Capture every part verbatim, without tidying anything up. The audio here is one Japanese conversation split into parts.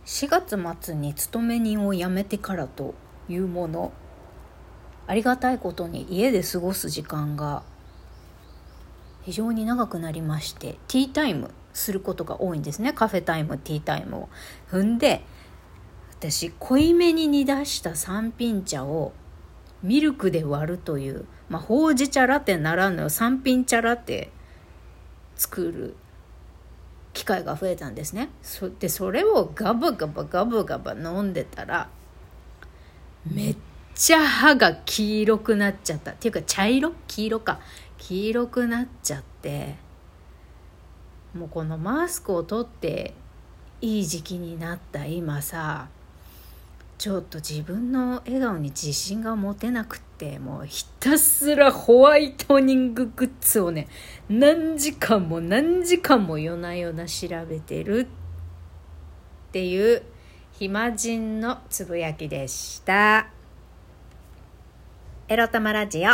しがつ末に勤め人を辞めてからというもの、ありがたいことに家で過ごす時間が非常に長くなりまして、ティータイムすることが多いんですね。カフェタイム、ティータイムを踏んで、私濃いめに煮出した三品茶をミルクで割るという、まあ、ほうじ茶ラテならぬ三品茶ラテ作る機会が増えたんですね。そでそれをガバガバガバガバ飲んでたら、めっちゃ歯が黄色くなっちゃった。っていうか茶色黄色か黄色くなっちゃって、もうこのマスクを取っていい時期になった今さ、ちょっと自分の笑顔に自信が持てなくって、もうひたすらホワイトニンググッズをね、何時間も何時間も夜な夜な調べてるっていう暇人のつぶやきでした。エロ玉ラジオ。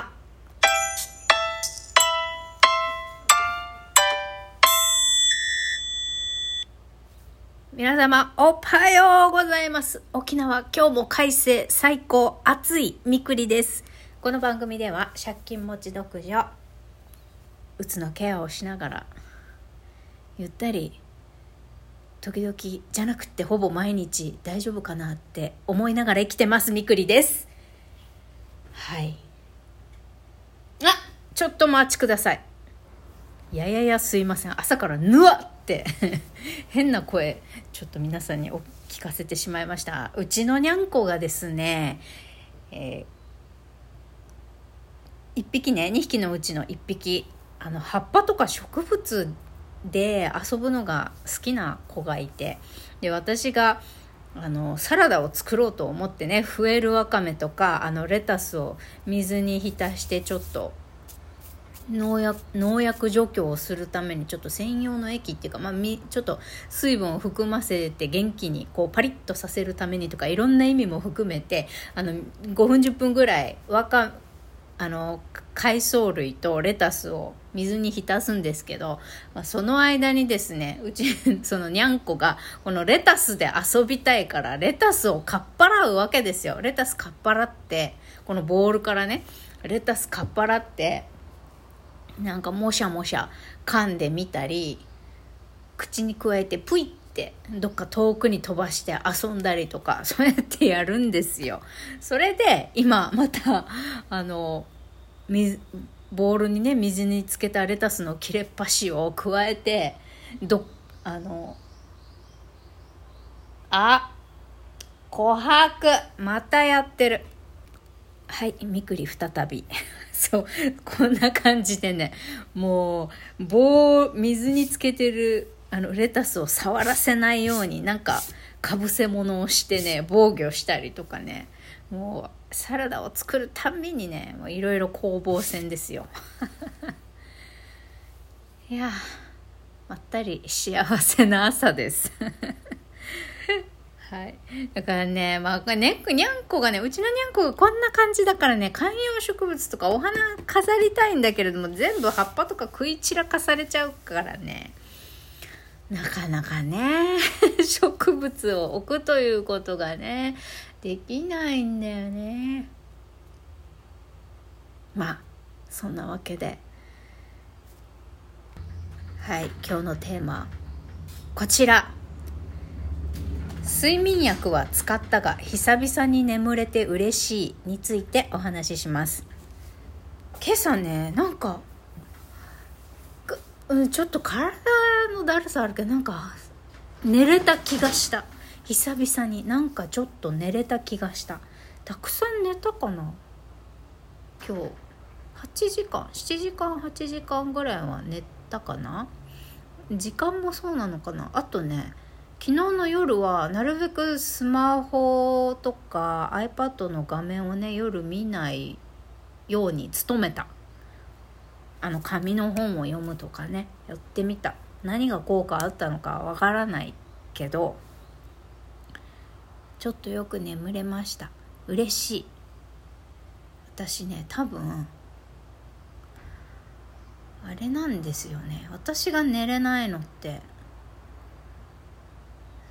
皆様おはようございます。沖縄今日も快晴、最高暑いみくりです。この番組では借金持ち独女うつのケアをしながらゆったり、時々じゃなくってほぼ毎日大丈夫かなって思いながら生きてますみくりです。はい。あ、ちょっとお待ちください。いやいやいや、すいません、朝からぬわって変な声ちょっと皆さんにお聞かせてしまいました。うちのにゃんこがですね、えー、いっぴきね、にひきのうちのいっぴき、あの葉っぱとか植物で遊ぶのが好きな子がいて、で私があのサラダを作ろうと思ってね、フエルわかめとかあのレタスを水に浸してちょっと農薬、農薬除去をするためにちょっと専用の液っていうか、まあ、みちょっと水分を含ませて元気にこうパリッとさせるためにとか、いろんな意味も含めてあのごふんじゅっぷんぐらいわかあの海藻類とレタスを水に浸すんですけど、まあ、その間にですね、うちそのにゃんこがこのレタスで遊びたいからレタスをかっぱらうわけですよ。レタスかっぱらって、このボウルからねレタスかっぱらってなんかもしゃもしゃ噛んでみたり、口にくわえてプイってどっか遠くに飛ばして遊んだりとか、そうやってやるんですよ。それで今またあの水ボウルにね水につけたレタスの切れっ端を加えて、どあのあ琥珀またやってる。はい、みくり再びそうこんな感じでね、もう棒水につけてるあのレタスを触らせないようになんかかぶせ物をしてね、防御したりとかね、もうサラダを作るたんびにね、いろいろ攻防戦ですよいやまったり幸せな朝ですはい、だからね、まあね、にゃんこがね、うちのにゃんこがこんな感じだからね、観葉植物とかお花飾りたいんだけれども、全部葉っぱとか食い散らかされちゃうからね、なかなかね植物を置くということがねできないんだよね。まあそんなわけで、はい、今日のテーマこちら。睡眠薬は使ったが久々に眠れて嬉しいについてお話しします。今朝ね、なんか、うん、ちょっと体のだるさあるけど、なんか寝れた気がした。久々になんかちょっと寝れた気がした。たくさん寝たかな今日。はちじかんしちじかんはちじかんぐらいは寝たかな。時間もそうなのかな。あとね、昨日の夜はなるべくスマホとか iPad の画面をね夜見ないように努めた。あの紙の本を読むとかねやってみた。何が効果あったのかわからないけど、ちょっとよく眠れました。嬉しい。私ね、多分あれなんですよね、私が寝れないのって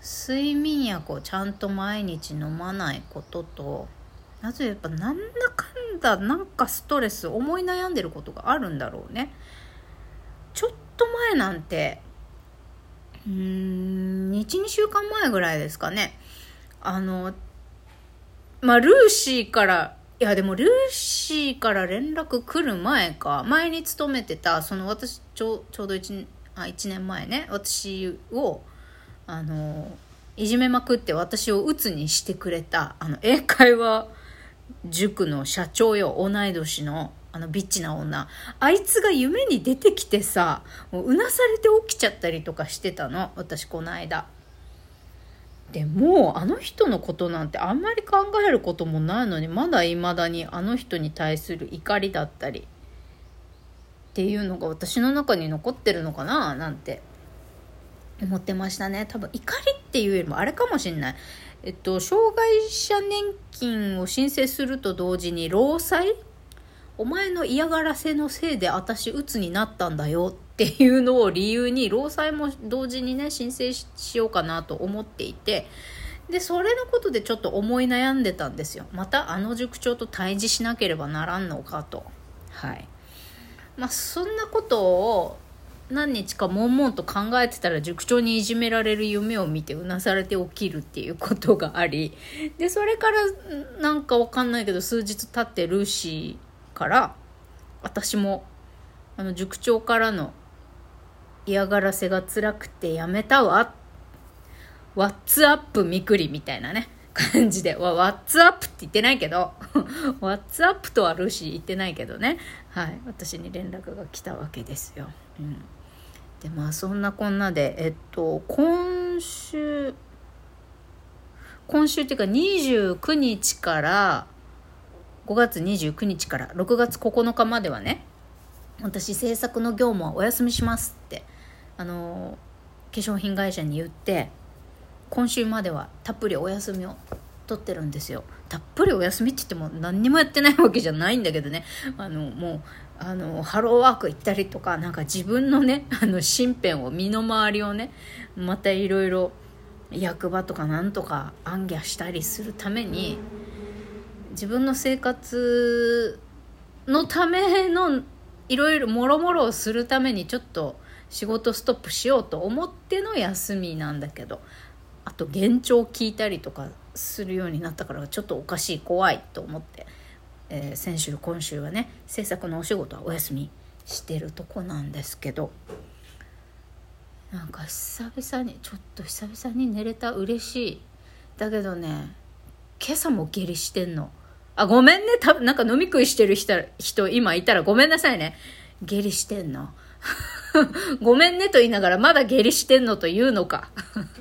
睡眠薬をちゃんと毎日飲まないことと、なぜやっぱなんだかんだなんかストレス思い悩んでることがあるんだろうね。ちょっと前なんてうーん いち,に 週間前ぐらいですかね、あのまあルーシーからいやでもルーシーから連絡来る前か、前に勤めてたその私ちょちょうど 1, あいちねんまえね、私をあのいじめまくって私を鬱にしてくれたあの英会話塾の社長よ、同い年のあのビッチな女、あいつが夢に出てきてさ、もううなされて起きちゃったりとかしてたの、私この間で。もうあの人のことなんてあんまり考えることもないのに、まだいまだにあの人に対する怒りだったりっていうのが私の中に残ってるのかななんて思ってましたね。多分怒りっていうよりもあれかもしれない。えっと障害者年金を申請すると同時に労災、お前の嫌がらせのせいで私鬱になったんだよっていうのを理由に労災も同時にね申請 し, しようかなと思っていて、でそれのことでちょっと思い悩んでたんですよ。またあの塾長と対峙しなければならんのかと。はい、まあそんなことを何日か悶々と考えてたら、塾長にいじめられる夢を見てうなされて起きるっていうことがあり、でそれからなんかわかんないけど数日経ってルーシーから私もあの塾長からの嫌がらせが辛くてやめたわ、ワッツアップみくりみたいなね感じで、ワッツアップって言ってないけどワッツアップとはルーシー言ってないけどね、はい、私に連絡が来たわけですよ。うん、でまあそんなこんなでえっと今週今週っていうかにじゅうくにちからごがつにじゅうくにちからろくがつここのかまではね、私制作の業務はお休みしますってあの化粧品会社に言って、今週まではたっぷりお休みを取ってるんですよ。たっぷりお休みって言っても何にもやってないわけじゃないんだけどね、あのもうあのハローワーク行ったりとか、なんか自分のねあの身辺を身の回りをねまたいろいろ役場とかなんとか暗記したりするために、自分の生活のためのいろいろもろもろをするためにちょっと仕事ストップしようと思っての休みなんだけど、あと幻聴聞いたりとかするようになったからちょっとおかしい怖いと思って、えー、先週今週はね制作のお仕事はお休みしてるとこなんですけど、なんか久々にちょっと久々に寝れた。嬉しい。だけどね今朝も下痢してんの。あごめんね、たなんか飲み食いしてる人、人今いたらごめんなさいね。下痢してんのごめんねと言いながらまだ下痢してんのと言うのか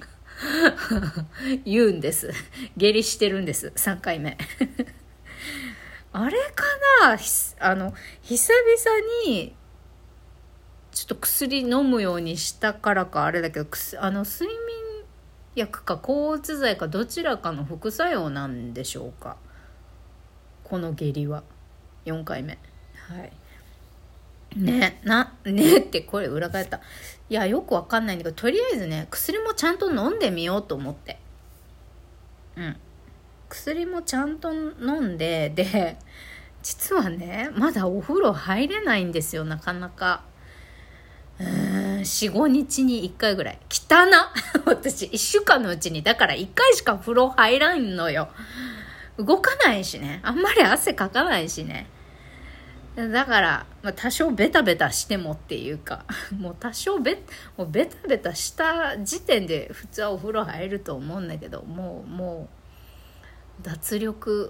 言うんです。下痢してるんです。さんかいめあれかな、あの久々にちょっと薬飲むようにしたからかあれだけど、あの睡眠薬か抗うつ剤かどちらかの副作用なんでしょうか、この下痢は。よんかいめ。はいねなねってこれ裏返った。いやよくわかんないんだけど、とりあえずね薬もちゃんと飲んでみようと思って、うん薬もちゃんと飲んで、で実はねまだお風呂入れないんですよ、なかなか。うーん よん,ご 日にいっかいぐらい。汚な私いっしゅうかんのうちにだからいっかいしか風呂入らんのよ。動かないしね、あんまり汗かかないしね。だから、まあ、多少ベタベタしてもっていうかもう多少ベもうベタベタした時点で普通はお風呂入ると思うんだけど、もうもう脱力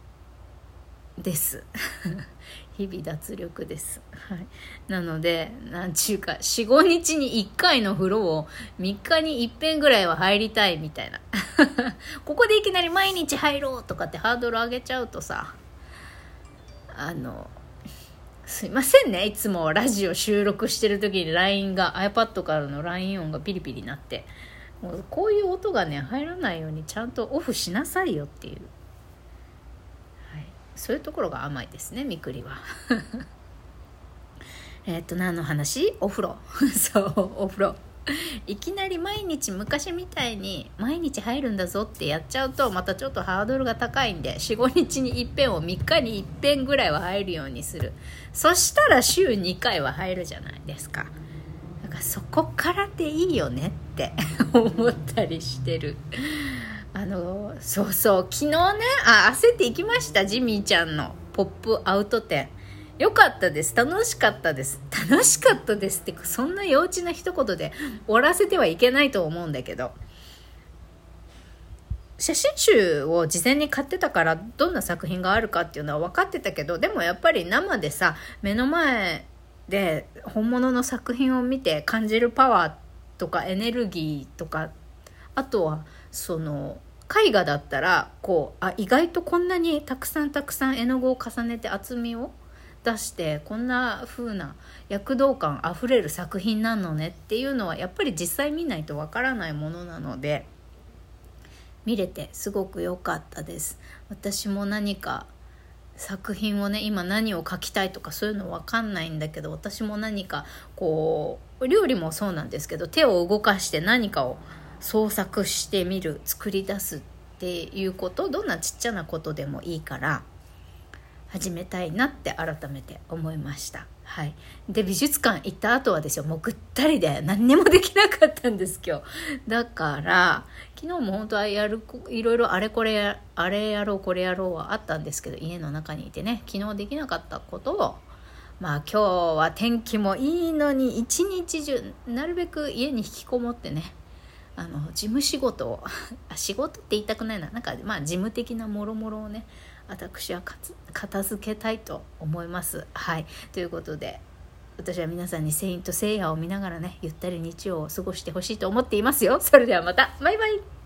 です日々脱力です、はい、なのでなんちゅうか よん,ご 日にいっかいの風呂をみっかにいっぺんぐらいは入りたいみたいなここでいきなり毎日入ろうとかってハードル上げちゃうとさ、あのすいませんね、いつもラジオ収録してる時に ライン が iPad からの ライン 音がピリピリなって、もうこういう音がね入らないようにちゃんとオフしなさいよっていう、はい、そういうところが甘いですねみくりはえっと何の話？お風呂そうお風呂いきなり毎日昔みたいに毎日入るんだぞってやっちゃうとまたちょっとハードルが高いんで、 よん、ごにちにいっぺんをみっかにいっぺんぐらいは入るようにする。そしたら週にかいは入るじゃないですか。だからそこからでいいよねって思ったりしてる。あのそうそう昨日ね、あ焦って行きました。ジミーちゃんのポップアウト展よかったです。楽しかったです。楽しかったですってそんな幼稚な一言で終わらせてはいけないと思うんだけど、写真集を事前に買ってたからどんな作品があるかっていうのは分かってたけど、でもやっぱり生でさ目の前で本物の作品を見て感じるパワーとかエネルギーとか、あとはその絵画だったらこうあ意外とこんなにたくさんたくさん絵の具を重ねて厚みを出してこんな風な躍動感あふれる作品なのねっていうのはやっぱり実際見ないとわからないものなので、見れてすごく良かったです。私も何か作品をね今何を描きたいとかそういうの分かんないんだけど、私も何かこう料理もそうなんですけど手を動かして何かを創作してみる、作り出すっていうこと、どんなちっちゃなことでもいいから始めたいなって改めて思いました。はい。で美術館行った後はですよ、もうぐったりで何にもできなかったんです今日。だから昨日も本当はやるいろいろあれこれやあれやろうこれやろうはあったんですけど、家の中にいてね昨日できなかったことをまあ今日は天気もいいのに一日中なるべく家に引きこもってね、あの事務仕事を仕事って言いたくないな、なんかまあ事務的なもろもろをね私は片付けたいと思います。はい、ということで私は皆さんにセイントセイヤを見ながらねゆったり日曜を過ごしてほしいと思っていますよ。それではまたバイバイ。